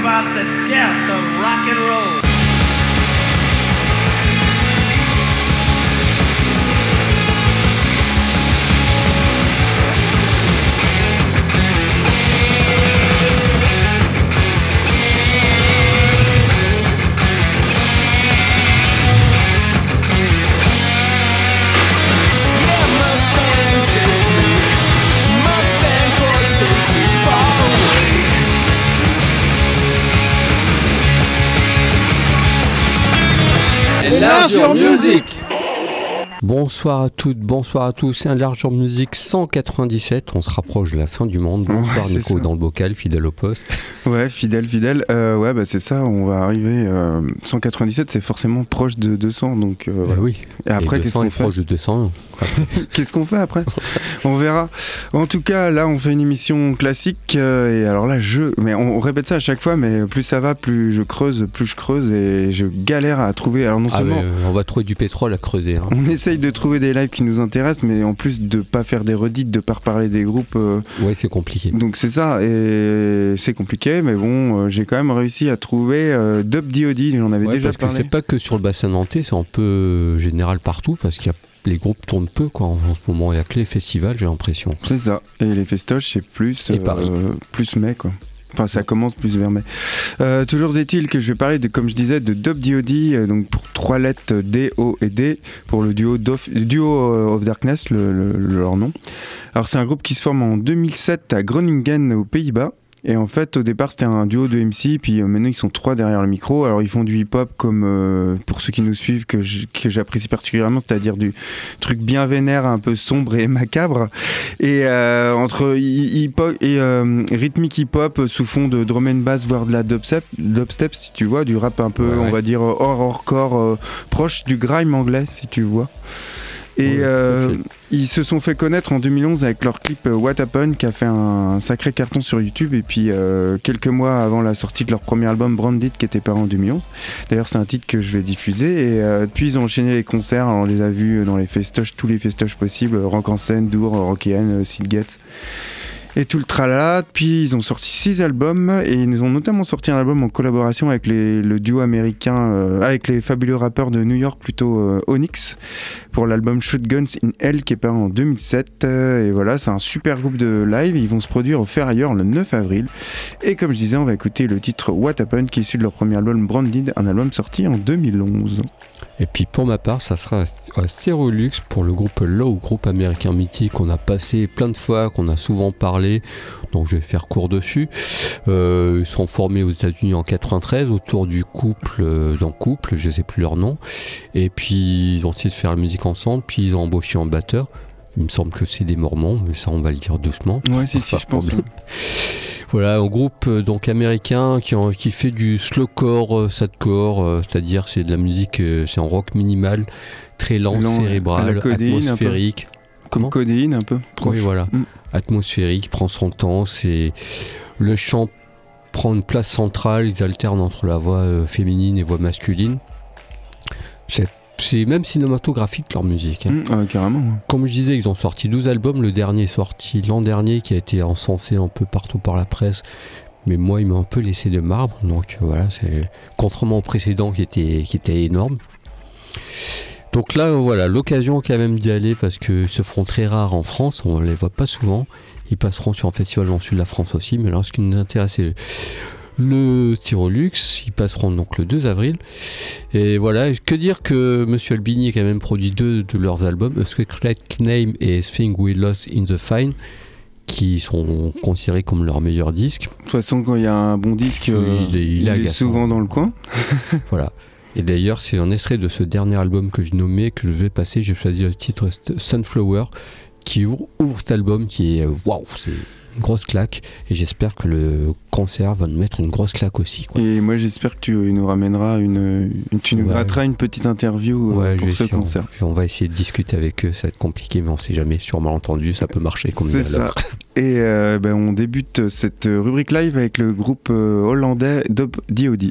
about the death of rock and roll. Largeur Music. Bonsoir à toutes, bonsoir à tous, c'est un Largeur Music 197, on se rapproche de la fin du monde. Bonsoir Nico dans le bocal, fidèle au poste. Ouais, fidèle. Ouais, bah c'est ça, on va arriver. 197, c'est forcément proche de 200, donc voilà. Oui. Et après, qu'est-ce qu'on fait proche de 201. Qu'est-ce qu'on fait après? On verra. En tout cas, là, on fait une émission classique. Et alors là, mais on répète ça à chaque fois, mais plus ça va, plus je creuse, et je galère à trouver. Alors non seulement, on va trouver du pétrole à creuser. Hein. On essaye de trouver des lives qui nous intéressent, mais en plus de pas faire des redites, de pas reparler des groupes. Ouais, c'est compliqué. Donc c'est ça, et c'est compliqué, mais bon, j'ai quand même réussi à trouver Dub D.O.D. J'en avais déjà parce parlé. Que c'est pas que sur le bassin nantais, c'est un peu général partout, parce qu'il y a les groupes tournent peu quoi en ce moment, il y a que les festivals, j'ai l'impression. C'est ça, et les festoches c'est plus plus mai quoi. Enfin, ça commence plus vers mai. Toujours est-il que je vais parler comme je disais, de Dub D.O.D. Donc pour 3 lettres D, O et D pour le duo of Darkness, leur nom. Alors c'est un groupe qui se forme en 2007 à Groningen aux Pays-Bas. Et en fait, au départ, c'était un duo de MC, puis maintenant, ils sont 3 derrière le micro. Alors, ils font du hip-hop comme, pour ceux qui nous suivent, que j'apprécie particulièrement, c'est-à-dire du truc bien vénère, un peu sombre et macabre. Et entre hip-hop et rythmique hip-hop sous fond de drum and bass, voire de la dubstep, si tu vois, du rap un peu, on va dire, horrorcore, proche du grime anglais, si tu vois. Et ils se sont fait connaître en 2011 avec leur clip What Happened qui a fait un sacré carton sur YouTube, et puis quelques mois avant la sortie de leur premier album Branded qui était paru en 2011. D'ailleurs c'est un titre que je vais diffuser, et depuis ils ont enchaîné les concerts. Alors, on les a vus dans les festoches, tous les festoches possibles, Rock en scène, Dour, Rockéenne, Seedgate et tout le tralala. Puis ils ont sorti 6 albums, et ils ont notamment sorti un album en collaboration avec le duo américain, avec les fabuleux rappeurs de New York, plutôt Onyx, pour l'album Shotguns in Hell qui est paru en 2007. Et voilà, c'est un super groupe de live. Ils vont se produire au Ferrailleur le 9 avril. Et comme je disais, on va écouter le titre What Happened qui est issu de leur premier album Branded, un album sorti en 2011. Et puis pour ma part, ça sera un Stereolux pour le groupe Low, groupe américain mythique qu'on a passé plein de fois, qu'on a souvent parlé, donc je vais faire court dessus. Ils sont formés aux États-Unis en 93 autour du couple, je sais plus leur nom, et puis ils ont essayé de faire la musique ensemble, puis ils ont embauché un batteur. Il me semble que c'est des Mormons, mais ça on va le dire doucement. Ouais, si, je pense. Voilà, un groupe donc américain qui fait du slowcore, sadcore, c'est-à-dire c'est de la musique, c'est en rock minimal, très lent, cérébral, atmosphérique. Comme Codéine un peu proche. Oui, voilà. Atmosphérique, prend son temps, le chant prend une place centrale, ils alternent entre la voix féminine et voix masculine. C'est même cinématographique leur musique. Carrément. Ouais. Comme je disais, ils ont sorti 12 albums. Le dernier est sorti l'an dernier, qui a été encensé un peu partout par la presse. Mais moi, il m'a un peu laissé de marbre. Donc voilà, c'est contrairement au précédent qui était énorme. Donc là, voilà, l'occasion quand même d'y aller parce qu'ils se feront très rares en France. On ne les voit pas souvent. Ils passeront sur un festival dans le sud de la France aussi. Mais là, ce qui nous intéresse, c'est le Stereolux. Ils passeront donc le 2 avril. Et voilà, que dire que Monsieur Albini a quand même produit 2 de leurs albums, A Secret Name et Thing We Lost in the Fine, qui sont considérés comme leurs meilleurs disques. De toute façon, quand il y a un bon disque, il est souvent dans le coin. Voilà. Et d'ailleurs, c'est un extrait de ce dernier album que je nommais, que je vais passer. J'ai choisi le titre Sunflower, qui ouvre cet album, qui est waouh, c'est une grosse claque, et j'espère que le concert va nous mettre une grosse claque aussi, quoi. Et moi j'espère que tu nous ramèneras tu nous gratteras une petite interview pour ce concert. On va essayer de discuter avec eux, ça va être compliqué, mais on sait jamais, sur malentendu ça peut marcher comme c'est ça. Et on débute cette rubrique live avec le groupe hollandais Dub D.O.D.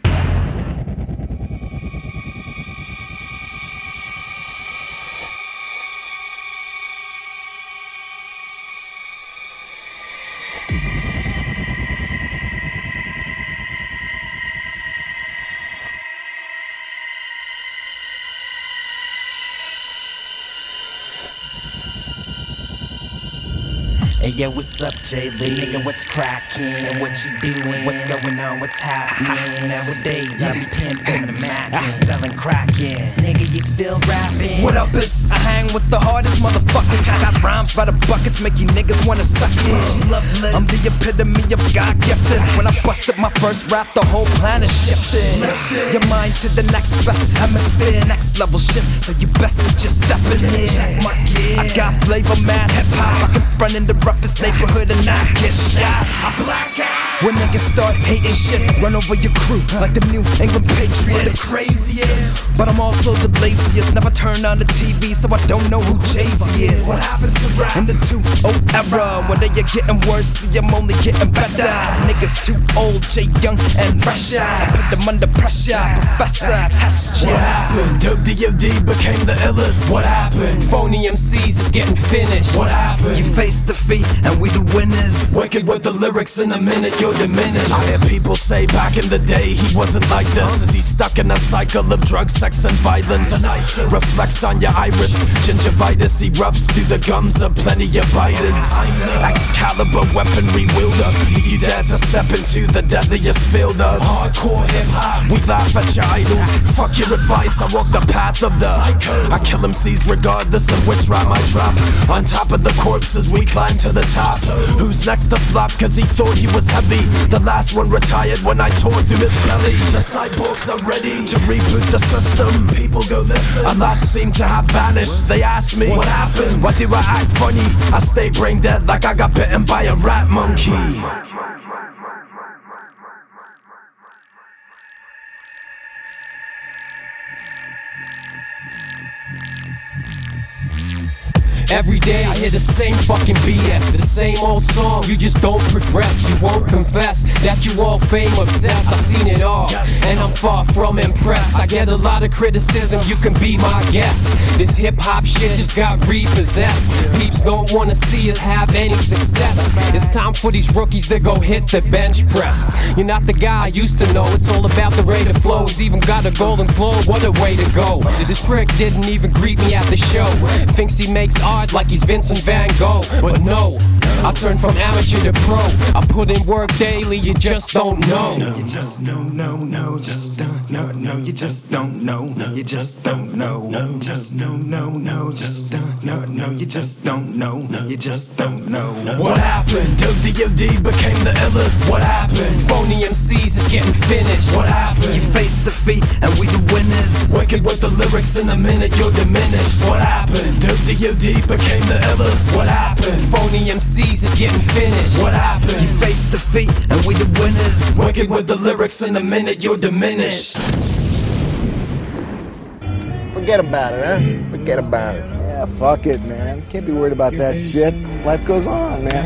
yo, what's up, Jay Lee? Nigga, what's crackin'? What you doing? What's going on? What's happening? Nowadays, I be pimpin' the Mac and selling crackin'. Nigga, you still rapping? What up, is? I hang with the hardest motherfuckers. I got rhymes by the buckets, make you niggas wanna suck it. I'm the epitome of God gifted. When I busted my first rap, the whole planet shifted. Your mind to the next best hemisphere, next level shift. So you best to just step in here. I got flavor, mad hip hop. I can front in the roughest neighborhood and not get shot. I black out. When niggas start hating shit, run over your crew like the New England Patriots. The craziest, but I'm also the laziest. Never turn on the TV, so I don't know who Jay-Z is. What happened to rap in the 2-0 era? Whether you're getting worse, see I'm only getting better. Niggas too old, Jay Young and fresher. Put them under pressure, Professor, test ya. What happened? Dope D.O.D. became the illest. What happened? Phony MCs is getting finished. What happened? You face defeat and we the winners. Wicked with the lyrics in a minute, you're diminished. I hear people say back in the day he wasn't like this. He's stuck in a cycle of drugs, sex and violence. Reflects on your iris, gingivitis erupts through the gums of plenty of biters. Excalibur weaponry wielder, do you dare to step into the deadliest field of hardcore hip hop? We laugh at your idols, fuck your advice, I walk the path of the psycho. I kill MCs regardless of which rhyme I drop. On top of the corpses we climb to the top. Who's next to flop cause he thought he was heavy? The last one retired when I tore through his belly. The cyborgs are ready to reboot the system. People go listen. A lot seem to have vanished. They ask me, what happened? Why do I act funny? I stay brain dead like I got bitten by a rat monkey. Every day I hear the same fucking BS, the same old song, you just don't progress. You won't confess that you all fame obsessed. I've seen it all, and I'm far from impressed. I get a lot of criticism, you can be my guest. This hip hop shit just got repossessed. Peeps don't wanna see us have any success. It's time for these rookies to go hit the bench press. You're not the guy I used to know, it's all about the rate of flows. Even got a golden globe, what a way to go. This prick didn't even greet me at the show. Thinks he makes art like he's Vincent Van Gogh, but no, I turn from amateur to pro. I put in work daily, you just don't know. No, you just no, just don't know, no, you just don't know, you just don't know, just no, just don't know, no, you just don't know, you just don't know. What happened? Dope D.O.D. became the illest. What happened? Phony MCs is getting finished. What happened? You face defeat and we the winners. Wicked with the lyrics in a minute, you're diminished. What happened? Dope D.O.D. became the illest. What happened? Phony MCs is getting finished. What happened? You face defeat and we the winners. Wicked with the lyrics in a minute, you're diminished. Forget about it, huh? Forget about it. Yeah, fuck it, man. Can't be worried about that shit. Life goes on, man.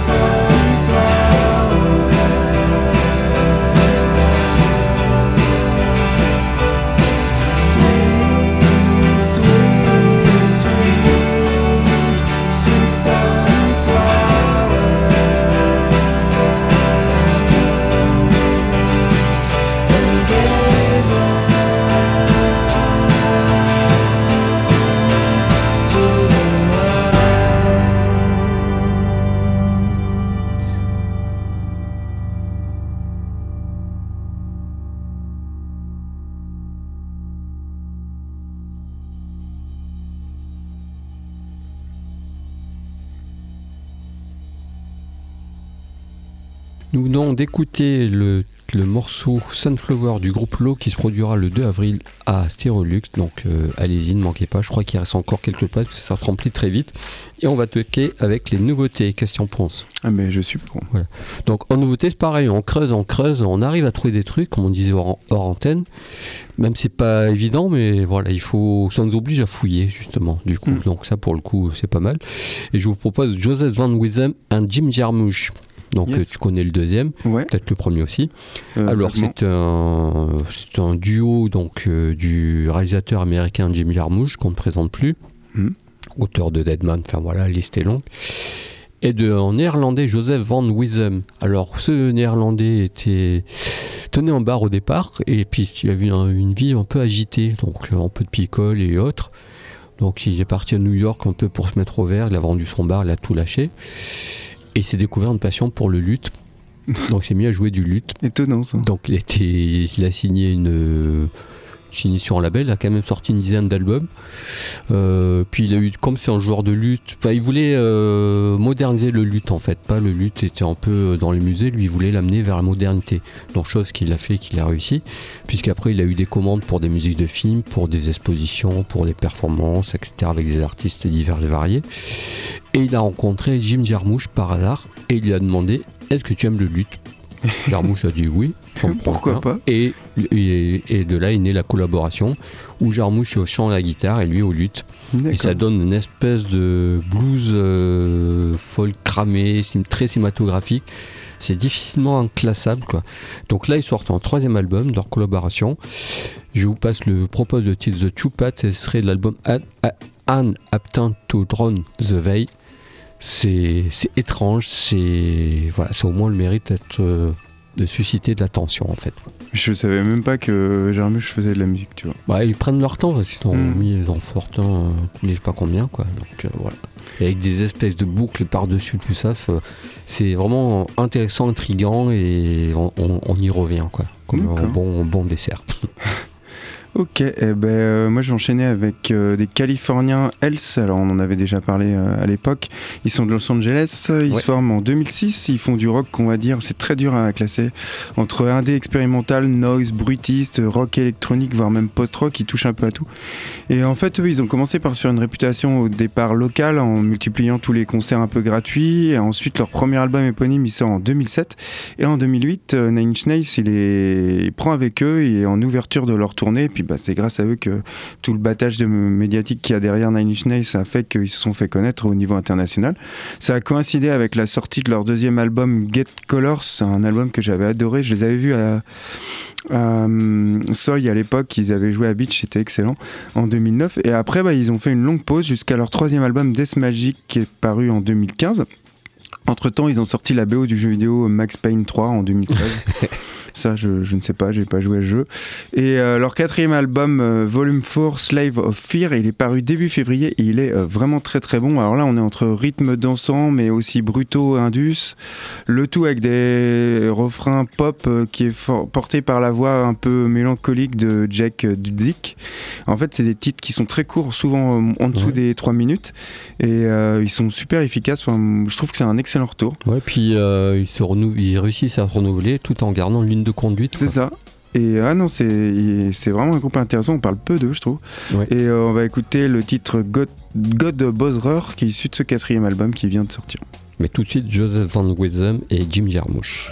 Nous venons d'écouter le morceau Sunflower du groupe Low qui se produira le 2 avril à Stérolux, donc allez-y, ne manquez pas, je crois qu'il reste encore quelques places parce que ça se remplit très vite et on va toquer avec les nouveautés, qu'est-ce que tu en penses? Ah mais je suis pour. Voilà. Donc en nouveauté c'est pareil, on creuse, on arrive à trouver des trucs comme on disait hors antenne, même c'est pas évident mais voilà, ça nous oblige à fouiller justement du coup, donc ça pour le coup c'est pas mal et je vous propose Joseph Van Wissem et Jim Jarmusch. Donc yes. Tu connais le deuxième, ouais. Peut-être le premier aussi. Alors c'est un duo donc, du réalisateur américain Jim Jarmusch qu'on ne présente plus, auteur de Deadman, enfin voilà, la liste est longue, et d'un néerlandais Joseph Van Wissem. Alors ce néerlandais tenait en bar au départ et puis il avait une vie un peu agitée, donc un peu de picole et autres. Donc il est parti à New York un peu pour se mettre au vert, il a vendu son bar, il a tout lâché. Et il s'est découvert une passion pour le luth. Donc il s'est mis à jouer du luth. Étonnant ça. Donc il a signé sur un label, il a quand même sorti une dizaine d'albums. Puis il a eu, comme c'est un joueur de luth, il voulait moderniser le luth en fait. Pas le luth était un peu dans les musées, lui il voulait l'amener vers la modernité. Donc chose qu'il a fait, qu'il a réussi. Puisqu'après il a eu des commandes pour des musiques de films, pour des expositions, pour des performances, etc. avec des artistes divers et variés. Et il a rencontré Jim Jarmusch par hasard et il lui a demandé « Est-ce que tu aimes le luth ?» Jarmusch a dit oui. Pourquoi pas. Et de là est née la collaboration où Jarmusch est au chant et à la guitare et lui au luth. Et ça donne une espèce de blues folk cramé, très cinématographique. C'est difficilement inclassable quoi. Donc là ils sortent un troisième album de leur collaboration. Je vous propose le titre The Chupat, ce serait de l'album An Aptin to Drone the Veil. C'est étrange, ça au moins le mérite de susciter de l'attention en fait. Je savais même pas que Jarmusch faisait de la musique, tu vois. Bah, ils prennent leur temps parce qu'ils ont mis dans Fortin, je sais pas combien quoi. Donc voilà. Et avec des espèces de boucles par-dessus tout ça, c'est vraiment intéressant, intriguant et on y revient quoi. Comme un bon dessert. Ok, moi je vais enchaîner avec des Californiens Else. Alors on en avait déjà parlé à l'époque. Ils sont de Los Angeles, ils se forment en 2006. Ils font du rock, on va dire, c'est très dur à classer, entre indé expérimental, noise, bruitiste, rock électronique, voire même post-rock. Ils touchent un peu à tout. Et en fait, eux, ils ont commencé par se faire une réputation au départ locale en multipliant tous les concerts un peu gratuits. Et ensuite, leur premier album éponyme, il sort en 2007. Et en 2008, Nine Inch Nails, il prend avec eux et en ouverture de leur tournée. Et puis c'est grâce à eux que tout le battage médiatique qu'il y a derrière Nine Inch Nails a fait qu'ils se sont fait connaître au niveau international. Ça a coïncidé avec la sortie de leur deuxième album Get Colors, c'est un album que j'avais adoré. Je les avais vus à Soy à l'époque, ils avaient joué à Beach, c'était excellent, en 2009. Et après, ils ont fait une longue pause jusqu'à leur troisième album Death Magic qui est paru en 2015. Entre-temps, ils ont sorti la BO du jeu vidéo Max Payne 3 en 2013. Ça, je ne sais pas, j'ai pas joué au jeu. Et leur quatrième album, Volume 4, Slave of Fear, il est paru début février et il est vraiment très très bon. Alors là, on est entre rythmes dansants, mais aussi brutaux, indus. Le tout avec des refrains pop qui est porté par la voix un peu mélancolique de Jack Dudzik. En fait, c'est des titres qui sont très courts, souvent en dessous des 3 minutes. Et ils sont super efficaces. Enfin, je trouve que c'est un excellent retour. Ouais, puis ils réussissent à se renouveler tout en gardant l'une de conduite. C'est ça. Et c'est vraiment un groupe intéressant. On parle peu d'eux, je trouve. Ouais. Et on va écouter le titre God Botherer qui est issu de ce quatrième album qui vient de sortir. Mais tout de suite, Joseph Van Wissem et Jim Jarmusch.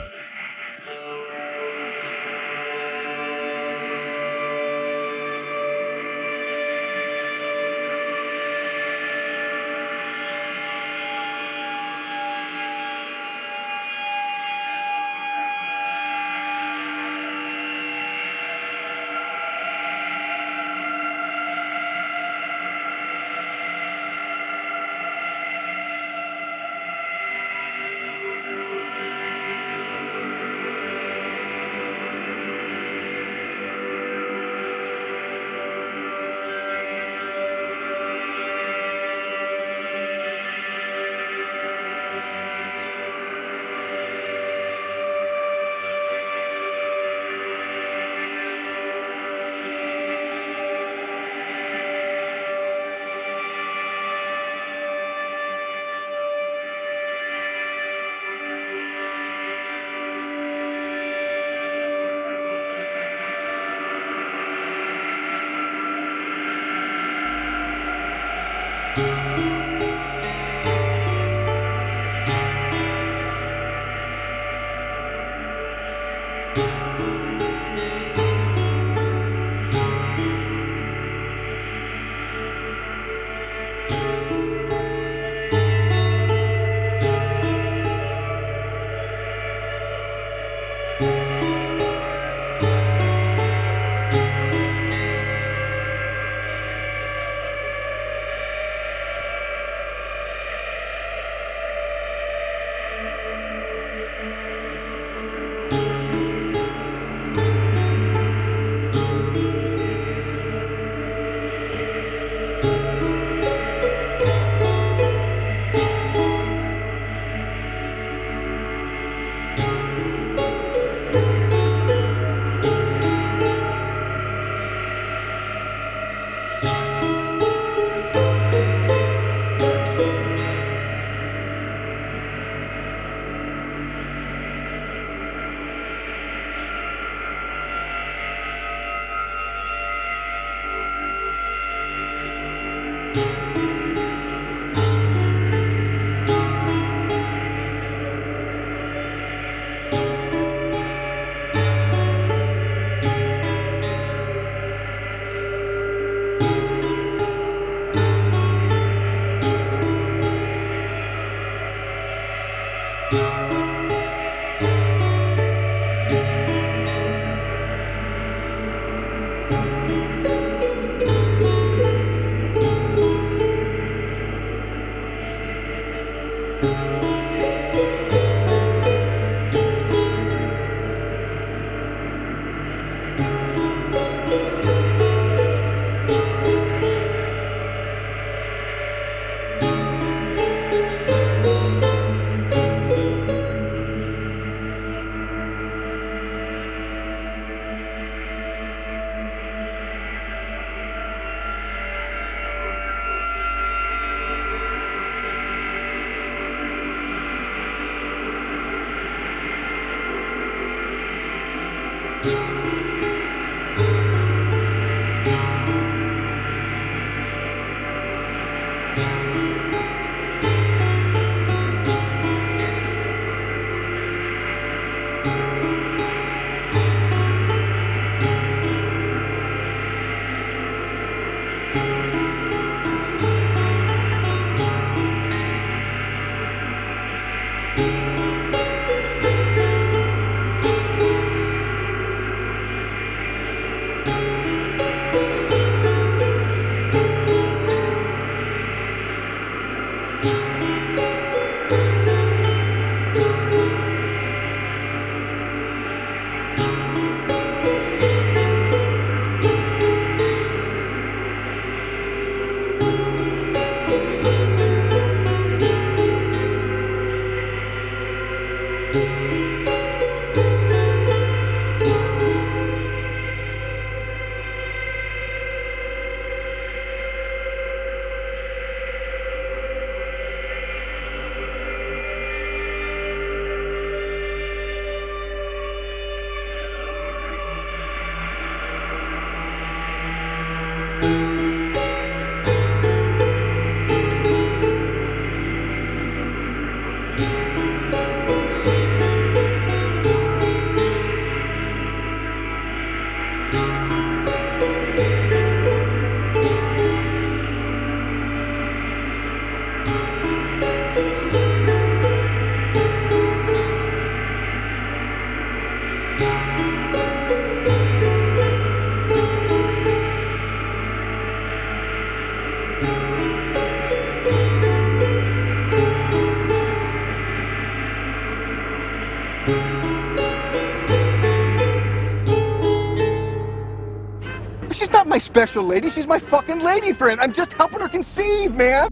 my special lady. She's my fucking lady friend. I'm just helping her conceive, man.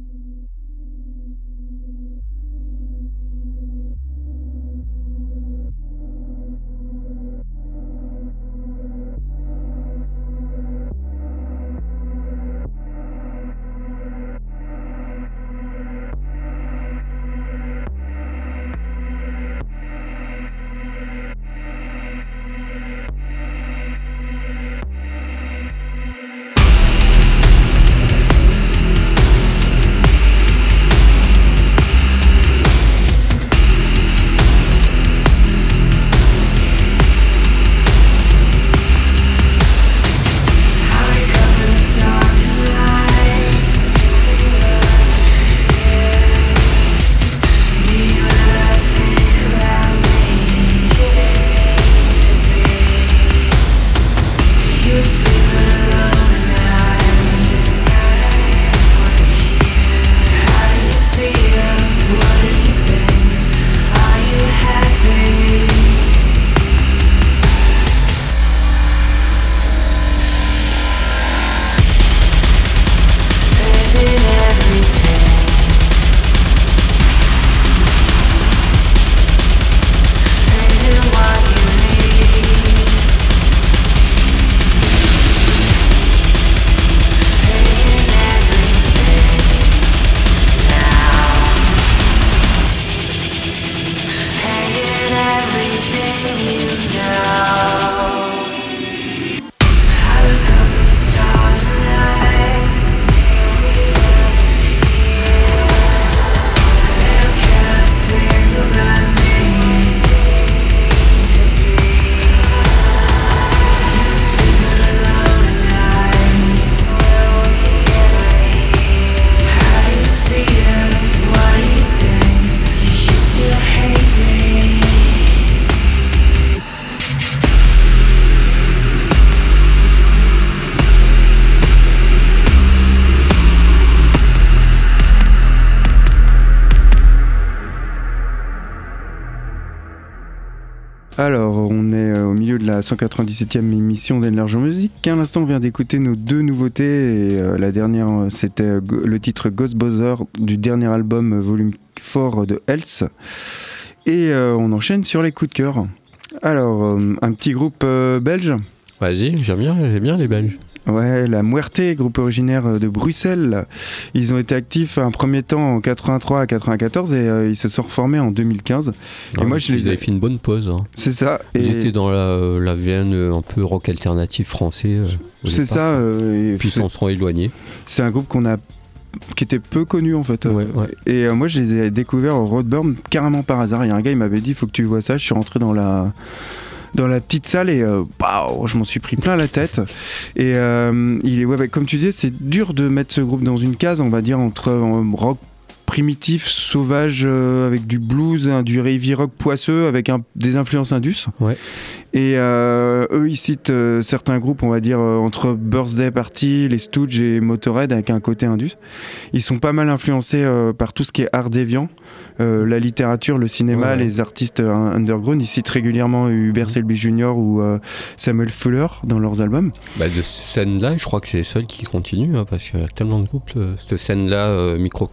Alors, on est au milieu de la 197e émission d'Enlarge Musique. À l'instant, on vient d'écouter nos 2 nouveautés. Et la dernière, c'était le titre Ghostbusters du dernier album volume 4 de Health. Et on enchaîne sur les coups de cœur. Alors, un petit groupe belge. Vas-y, j'aime bien les Belges. Ouais, la Muerte, groupe originaire de Bruxelles. Ils ont été actifs un premier temps en 83 à 94 et ils se sont reformés en 2015. Et moi, ils avaient fait une bonne pause. Hein. C'est ça. Ils étaient dans la veine un peu rock alternatif français. C'est ça. Puis ils s'en sont éloignés. C'est un groupe qui était peu connu en fait. Ouais. Et moi, je les ai découverts au Roadburn carrément par hasard. Il y a un gars, il m'avait dit, il faut que tu vois ça. Je suis rentré dans la petite salle et je m'en suis pris plein la tête. Et comme tu disais, c'est dur de mettre ce groupe dans une case, on va dire, entre rock primitif, sauvage, avec du blues, du heavy rock poisseux, avec des influences indus. Ouais. Et eux, ils citent certains groupes, on va dire, entre Birthday Party, les Stooges et Motorhead, avec un côté indus. Ils sont pas mal influencés par tout ce qui est art déviant, la littérature, le cinéma, les artistes underground. Ils citent régulièrement Hubert Selby Jr. ou Samuel Fuller dans leurs albums. De cette scène-là, je crois que c'est les seuls qui continuent, hein, parce qu'il y a tellement de groupes. Cette scène-là,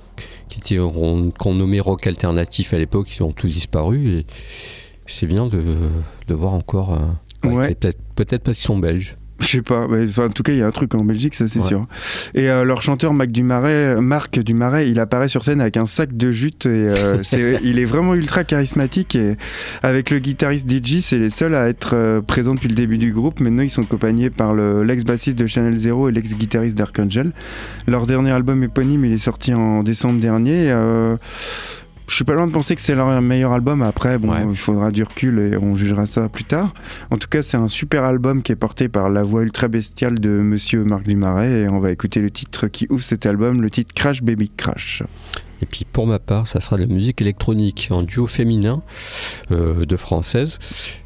qu'on nommait rock alternatif à l'époque, ils ont tous disparu. Et c'est bien de voir encore. Peut-être parce qu'ils sont belges. Je sais pas, en tout cas il y a un truc en Belgique, ça c'est sûr. Et leur chanteur Marc Dumaret, il apparaît sur scène avec un sac de jute et il est vraiment ultra charismatique. Et avec le guitariste DJ, c'est les seuls à être présents depuis le début du groupe. Maintenant ils sont accompagnés par l'ex-bassiste de Channel Zero et l'ex-guitariste d'Archangel. Leur dernier album éponyme, il est sorti en décembre dernier. Je suis pas loin de penser que c'est leur meilleur album. Après, il faudra du recul et on jugera ça plus tard. En tout cas, c'est un super album qui est porté par la voix ultra bestiale de Monsieur Marc Dumaret. Et on va écouter le titre qui ouvre cet album, le titre Crash Baby Crash. Et puis pour ma part, ça sera de la musique électronique en duo féminin de françaises.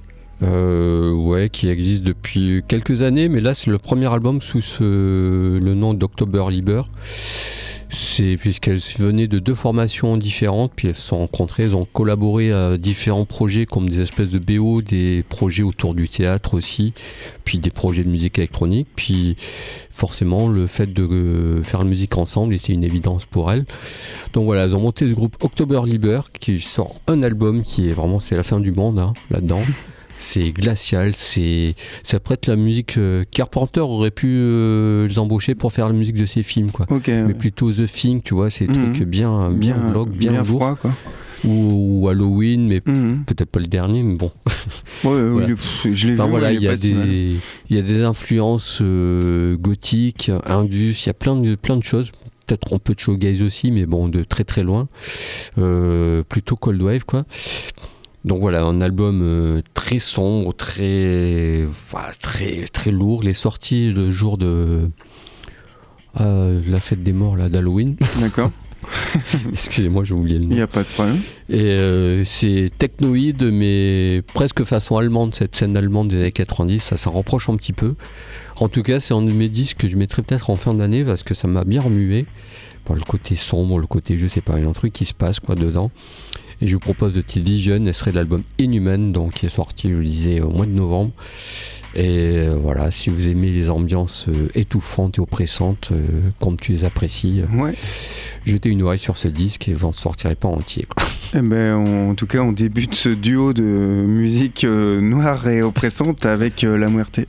Qui existe depuis quelques années, mais là c'est le premier album sous le nom d'October Liber. C'est puisqu'elles venaient de 2 formations différentes, puis elles se sont rencontrées, elles ont collaboré à différents projets comme des espèces de BO, des projets autour du théâtre aussi, puis des projets de musique électronique. Puis forcément le fait de faire la musique ensemble était une évidence pour elles. Donc voilà, elles ont monté ce groupe October Liber qui sort un album qui est vraiment, c'est la fin du monde là-dedans. C'est glacial, ça prête la musique. Carpenter aurait pu les embaucher pour faire la musique de ses films, quoi. Mais plutôt The Thing, tu vois, c'est des trucs bien glauques, bien lourds. Froid, quoi. Ou Halloween, mais peut-être pas le dernier, mais bon. Voilà. Je l'ai vu. Voilà, il y a des influences gothiques, indus, il y a plein de choses. Peut-être un peu de showgaze aussi, mais bon, de très très loin. Plutôt Cold Wave, quoi. Donc voilà, un album très sombre, très lourd. Il est sorti le jour de la fête des morts là, d'Halloween. D'accord. Excusez-moi, j'ai oublié le nom. Il n'y a pas de problème. Et c'est technoïde, mais presque façon allemande, cette scène allemande des années 90, ça s'en rapproche un petit peu. En tout cas, c'est un de mes disques que je mettrai peut-être en fin d'année parce que ça m'a bien remué. Bon, le côté sombre, le côté, je sais pas, il y a un truc qui se passe quoi dedans. Et je vous propose de T Vision, elle serait l'album Inhuman, donc qui est sorti, je le disais, au mois de novembre. Et voilà, si vous aimez les ambiances étouffantes et oppressantes, comme tu les apprécies, jetez une oreille sur ce disque et vous n'en sortirez pas entier, quoi. Eh ben, en tout cas, on débute ce duo de musique noire et oppressante avec La Muerte.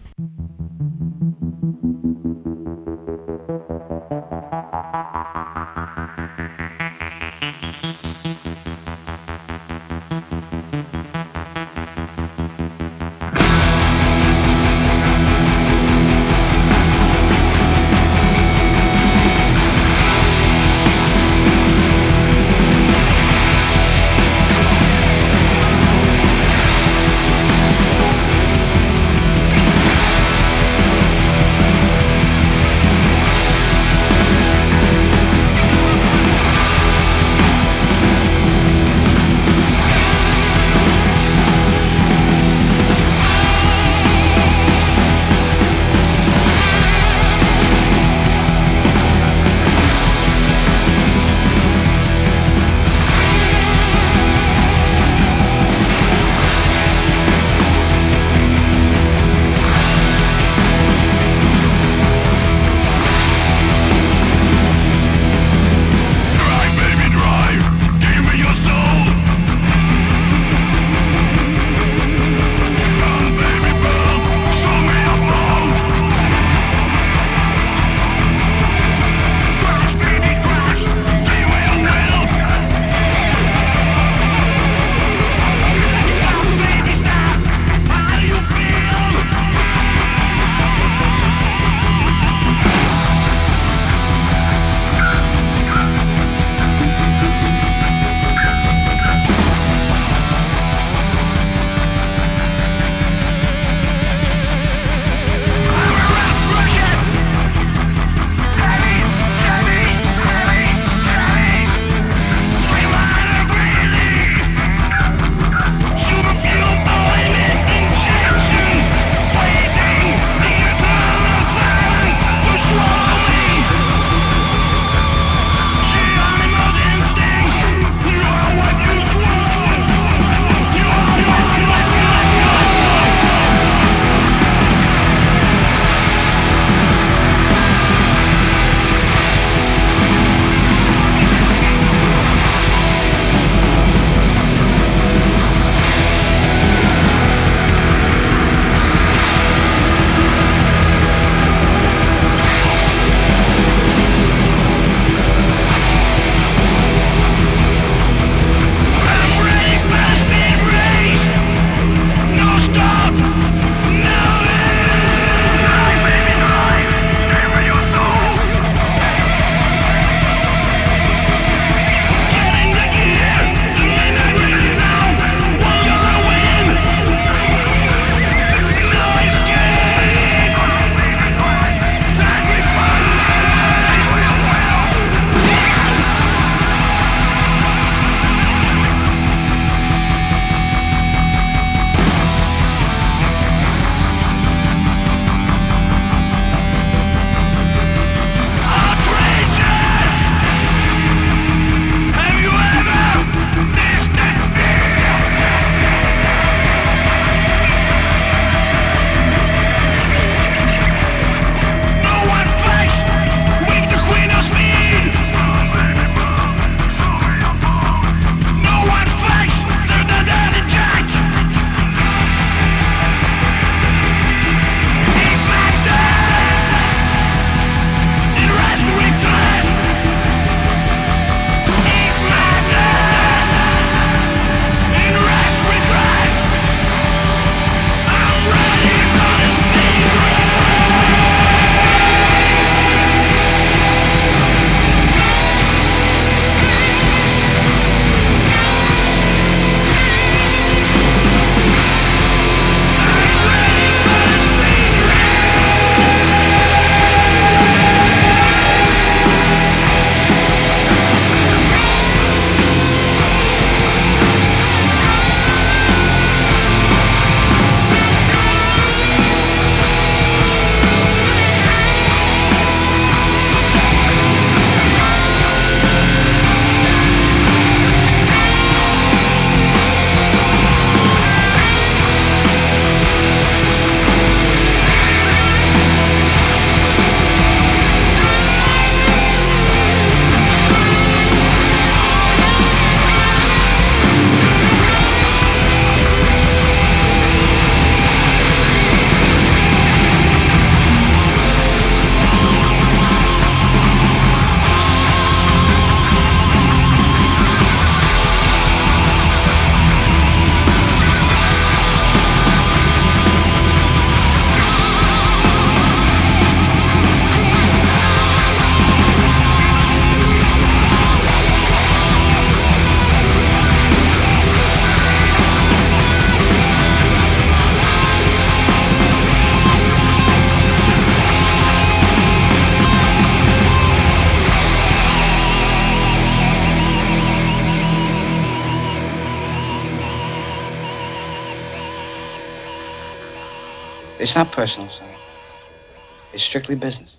It's not personal, son. It's strictly business.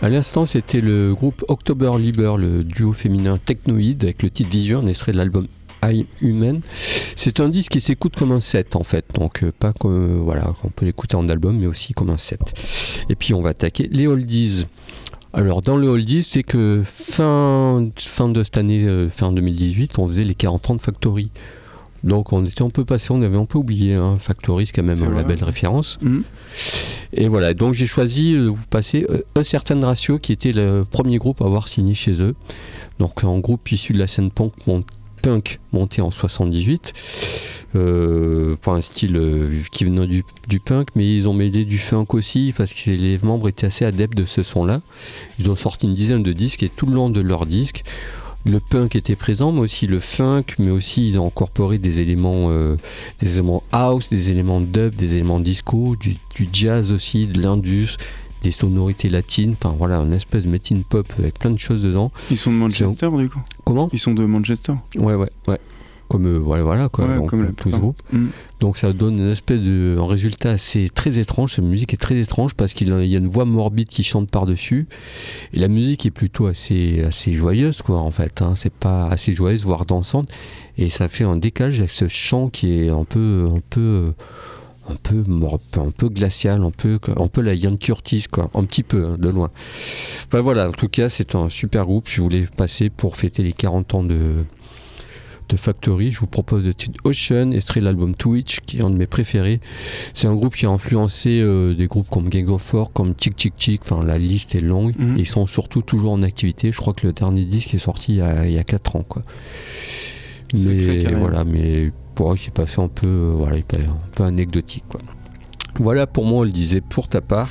À l'instant, c'était le groupe October Liber, le duo féminin technoïde avec le titre Vision, un extrait de l'album I'm Human. C'est un disque qui s'écoute comme un set en fait, donc pas comme voilà, on peut l'écouter en album, mais aussi comme un set. Et puis on va attaquer les oldies. Alors dans le oldies, c'est que fin de cette année, fin 2018, on faisait les 40 ans de Factory. Donc on était un peu passé, on avait un peu oublié Factory, c'est quand même un label référence. Et voilà, donc j'ai choisi de vous passer A Certain Ratio, qui était le premier groupe à avoir signé chez eux. Donc un groupe issu de la scène punk monté en 78, pour un style qui venait du punk, mais ils ont mêlé du funk aussi, parce que les membres étaient assez adeptes de ce son-là. Ils ont sorti une dizaine de disques, et tout le long de leurs disques, le punk était présent, mais aussi le funk, mais aussi ils ont incorporé des éléments house, des éléments dub, des éléments disco, du jazz aussi, de l'indus, des sonorités latines, enfin voilà, une espèce de metal pop avec plein de choses dedans. Ils sont de Manchester du coup. Comment ? Ils sont de Manchester. Ouais. Comme voilà quoi, ouais, donc, comme tout ce groupe. Donc ça donne une espèce de un résultat assez très étrange. Cette musique est très étrange parce qu'il y a une voix morbide qui chante par dessus, et la musique est plutôt assez joyeuse quoi en fait. C'est pas assez joyeuse voire dansante, et ça fait un décalage avec ce chant qui est un peu glacial, un peu la Ian Curtis quoi, un petit peu de loin. Ben voilà, en tout cas c'est un super groupe. Je voulais passer pour fêter les 40 ans de Factory. Je vous propose le titre Ocean, extrait de l'album Twitch, qui est un de mes préférés. C'est un groupe qui a influencé des groupes comme Gang of Four, comme Chick Chick Chick, enfin la liste est longue, et ils sont surtout toujours en activité. Je crois que le dernier disque est sorti il y a 4 ans quoi. Mais voilà, mais pour eux qui est passé un peu anecdotique quoi. Voilà pour moi, on le disait. Pour ta part,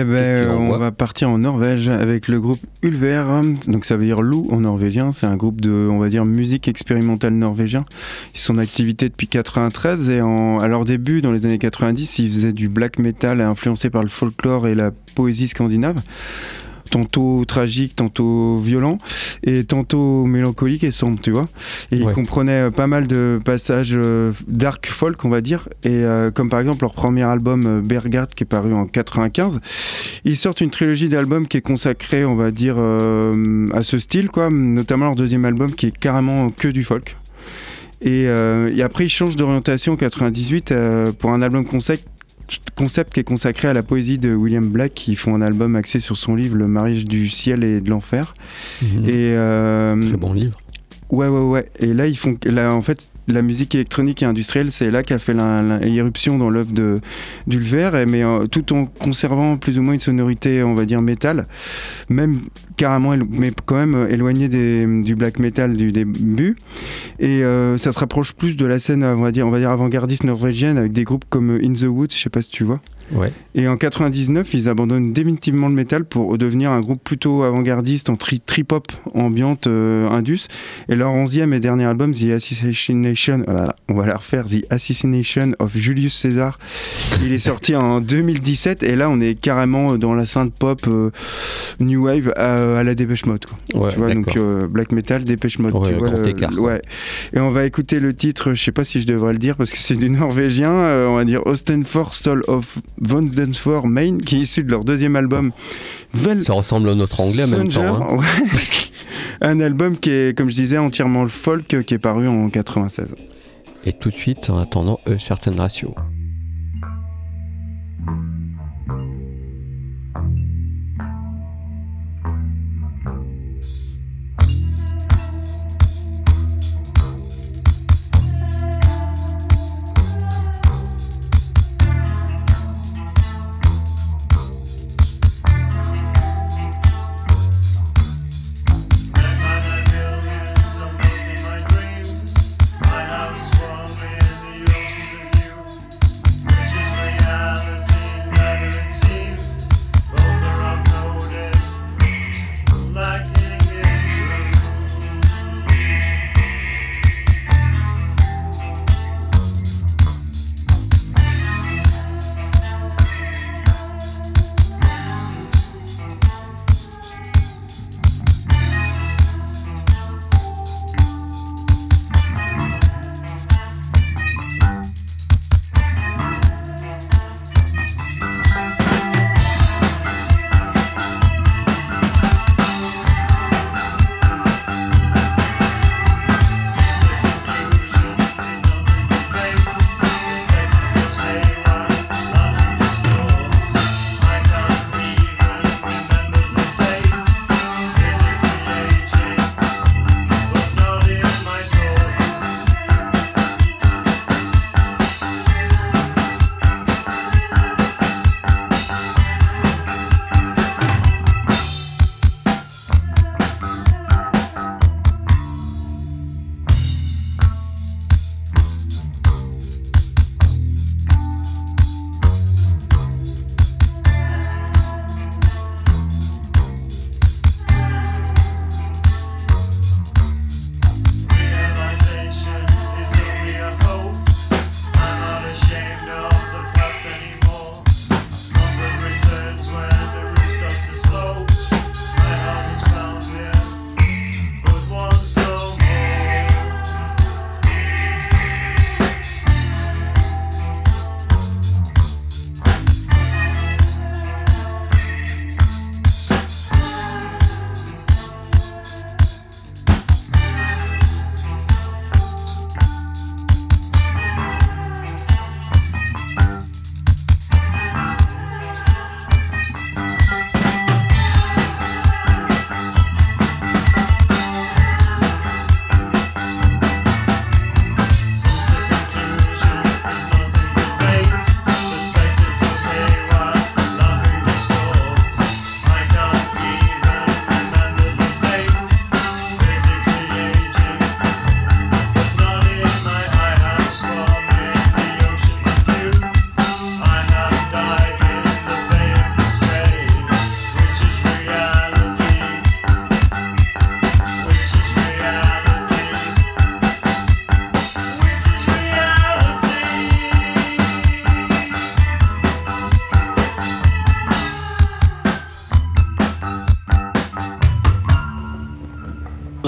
on va partir en Norvège avec le groupe Ulver. Donc ça veut dire loup en norvégien. C'est un groupe de, on va dire, musique expérimentale norvégien. Ils sont en activité depuis 93 et à leur début, dans les années 90, ils faisaient du black metal influencé par le folklore et la poésie scandinave. Tantôt tragique, tantôt violent, et tantôt mélancolique et sombre, tu vois. Et ils comprenaient pas mal de passages dark folk, on va dire, et comme par exemple leur premier album Bergard, qui est paru en 95. Ils sortent une trilogie d'albums qui est consacrée, on va dire, à ce style, quoi. Notamment leur deuxième album qui est carrément que du folk. Et après ils changent d'orientation en 98 pour un album concept qui est consacré à la poésie de William Black, qui font un album axé sur son livre Le mariage du ciel et de l'enfer. Et très bon livre. Ouais. Et là, en fait, la musique électronique et industrielle, c'est là qu'a fait l'irruption dans l'œuvre d'Ulver, mais tout en conservant plus ou moins une sonorité, on va dire, métal, même carrément, mais quand même éloigné du black metal du début. Et ça se rapproche plus de la scène, on va dire avant-gardiste norvégienne, avec des groupes comme In the Woods, je sais pas si tu vois. Ouais. Et en 99, ils abandonnent définitivement le métal pour devenir un groupe plutôt avant-gardiste en trip-hop ambiante indus. Et leur 11e et dernier album, The Assassination, on va la refaire, The Assassination of Julius Caesar, il est sorti en 2017, et là on est carrément dans la synth pop new wave à la Depeche Mode quoi. Ouais, tu vois, donc black metal, Depeche Mode, tu vois, ouais. Et on va écouter le titre, je sais pas si je devrais le dire parce que c'est du norvégien, on va dire Ostenfor Soul of Vonsdensfor Main, qui est issu de leur deuxième album. Ça ressemble à notre anglais en même temps. Ouais. Un album qui est, comme je disais, entièrement le folk, qui est paru en 96. Et tout de suite, en attendant, A Certain Ratio.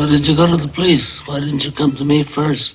did you go to the police? Why didn't you come to me first?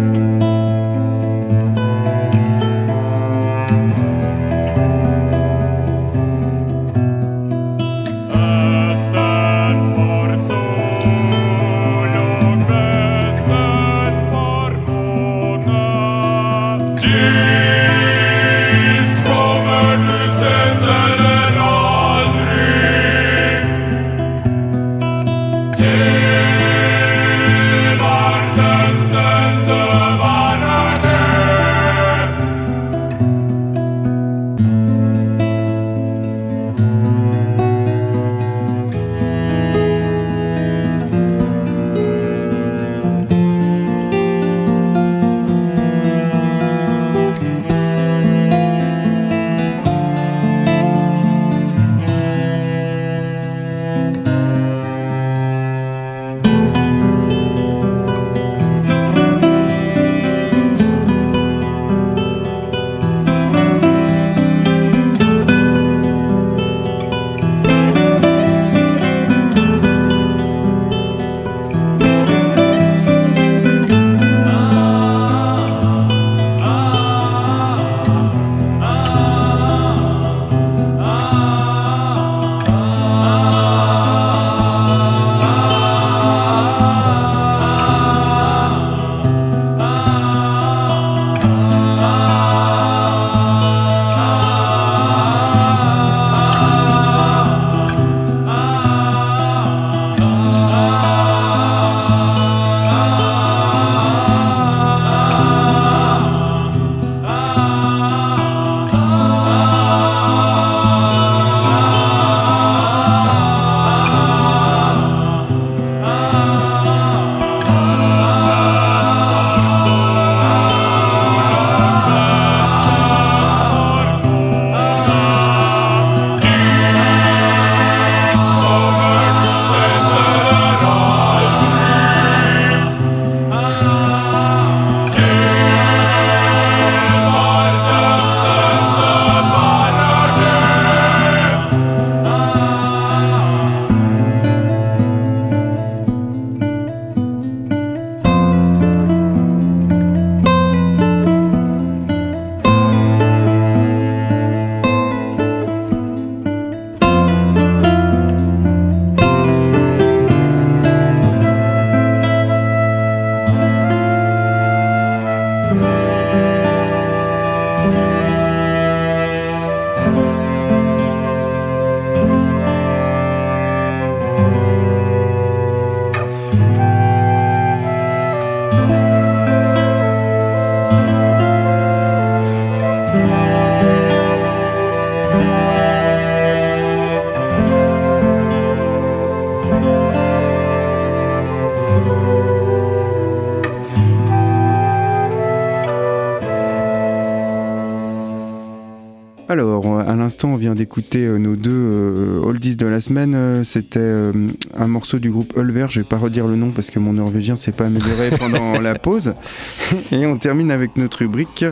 Alors, à l'instant, on vient d'écouter nos deux oldies de la semaine. C'était un morceau du groupe Ulver. Je vais pas redire le nom parce que mon norvégien s'est pas amélioré pendant la pause. Et on termine avec notre rubrique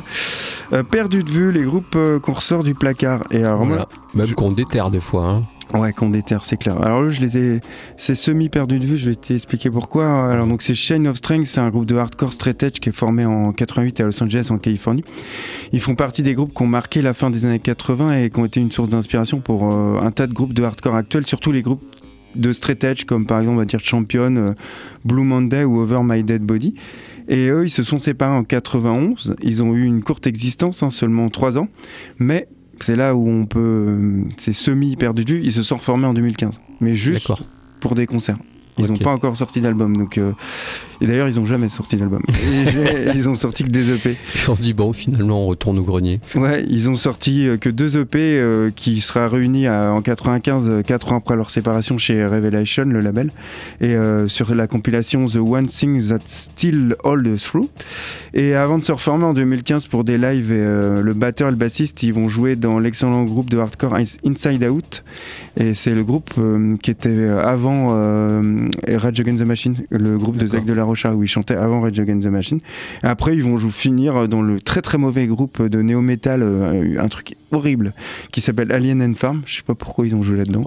perdu de vue, les groupes qu'on ressort du placard. Et alors, voilà. Même qu'on déterre des fois. Hein. Ouais, qu'on déterre, c'est clair. Alors là, c'est semi-perdu de vue, je vais t'expliquer pourquoi. Alors donc c'est Chain of Strength, c'est un groupe de hardcore straight edge qui est formé en 88 à Los Angeles en Californie. Ils font partie des groupes qui ont marqué la fin des années 80 et qui ont été une source d'inspiration pour un tas de groupes de hardcore actuels, surtout les groupes de straight edge comme par exemple on va dire Champion, Blue Monday ou Over My Dead Body. Et eux, ils se sont séparés en 91. Ils ont eu une courte existence, seulement 3 ans, mais c'est là où on peut... c'est semi-perdu de vue. Ils se sont reformés en 2015. Mais juste pour des concerts. Ils n'ont pas encore sorti d'album. Donc, et d'ailleurs, ils n'ont jamais sorti d'album. Ils ont sorti que des EP. Ils se sont dit, bon, finalement, on retourne au grenier. Ouais, ils ont sorti que 2 EP qui sera réunis en 95, 4 ans après leur séparation chez Revelation, le label. Et sur la compilation The One Thing That Still Holds Through. Et avant de se reformer en 2015 pour des lives, le batteur et le bassiste, ils vont jouer dans l'excellent groupe de hardcore Inside Out. Et c'est le groupe qui était avant Rage Against the Machine, le groupe de Zach de la Rocha où ils chantaient avant Rage Against the Machine. Et après ils vont finir dans le très très mauvais groupe de néo-metal, un truc horrible qui s'appelle Alien and Farm. Je sais pas pourquoi ils ont joué là-dedans.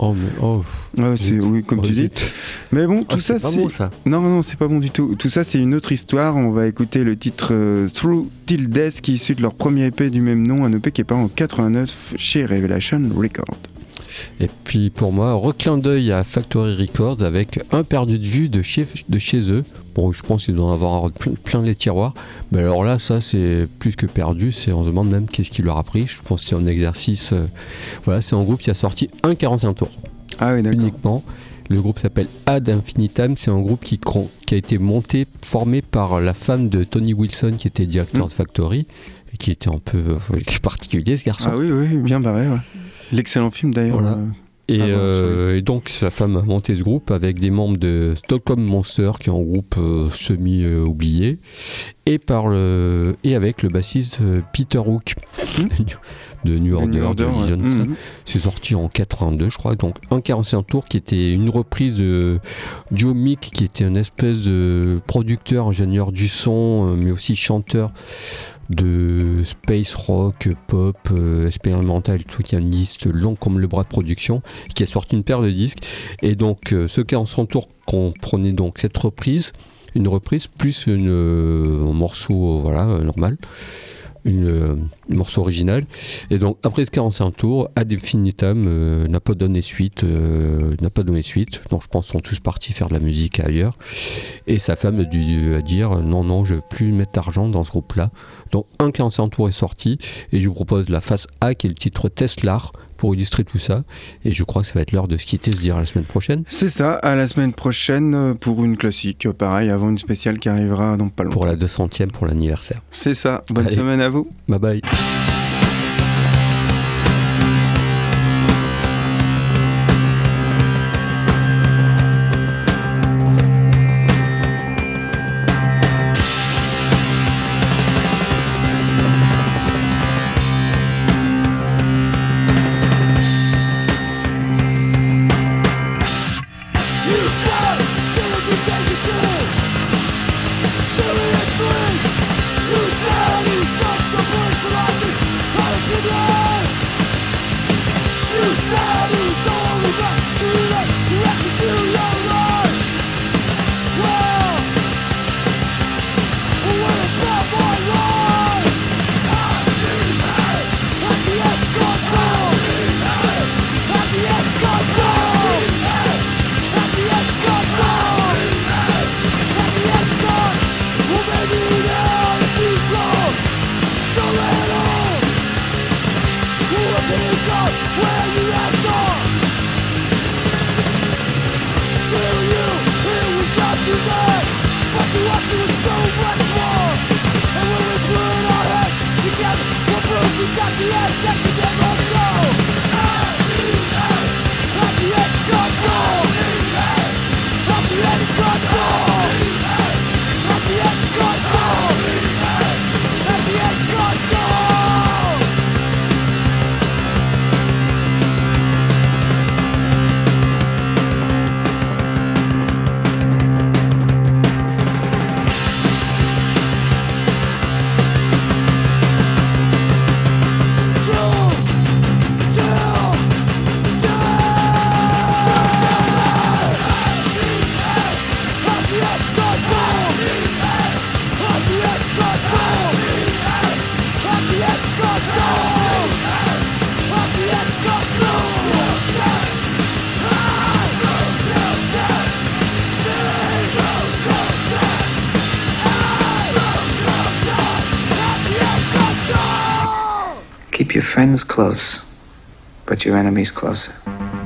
Oui, comme tu dis. Mais bon, tout ça c'est. Bon, ça. Non, c'est pas bon du tout. Tout ça c'est une autre histoire. On va écouter le titre Through Till Death qui est issu de leur premier EP du même nom, un EP qui est paru en 89 chez Revelation Records. Et puis pour moi, reclin d'œil à Factory Records avec un perdu de vue de chez eux. Bon, je pense qu'ils doivent en avoir plein les tiroirs. Mais alors là, ça c'est plus que perdu. On se demande même qu'est-ce qui leur a pris. Je pense qu'il y a un exercice. Voilà, c'est un groupe qui a sorti un 45 tours. Ah oui, d'accord. Uniquement. Le groupe s'appelle Ad Infinitum. C'est un groupe qui a été formé par la femme de Tony Wilson qui était directeur de Factory et qui était un peu particulier ce garçon. Ah oui, bien barré. Ouais. L'excellent film d'ailleurs. Voilà. Et donc sa femme a monté ce groupe avec des membres de Stockholm Monster qui est un groupe semi-oublié et avec le bassiste Peter Hook de New Order, de Vision, c'est sorti en 82 je crois, donc un 45 tours qui était une reprise de Joe Meek qui était une espèce de producteur, ingénieur du son mais aussi chanteur de space rock, pop, expérimental, tout qui a une liste longue comme le bras de production, qui a sorti une paire de disques. Et donc, ce 45 tours comprenait donc cette reprise, une reprise plus un morceau normal, un morceau original. Et donc, après ce 45 tours, Ad Infinitum n'a pas donné suite. Donc, je pense qu'ils sont tous partis faire de la musique ailleurs. Et sa femme a dû dire non, je veux plus mettre d'argent dans ce groupe-là. Donc, un 45 tours est sorti. Et je vous propose la face A, qui est le titre Teslar, pour illustrer tout ça. Et je crois que ça va être l'heure de se quitter, se dire à la semaine prochaine. C'est ça, à la semaine prochaine pour une classique. Pareil, avant une spéciale qui arrivera dans pas longtemps. Pour la 200e, pour l'anniversaire. C'est ça. Bonne semaine à vous. Bye bye. Keep your friends close, but your enemies closer.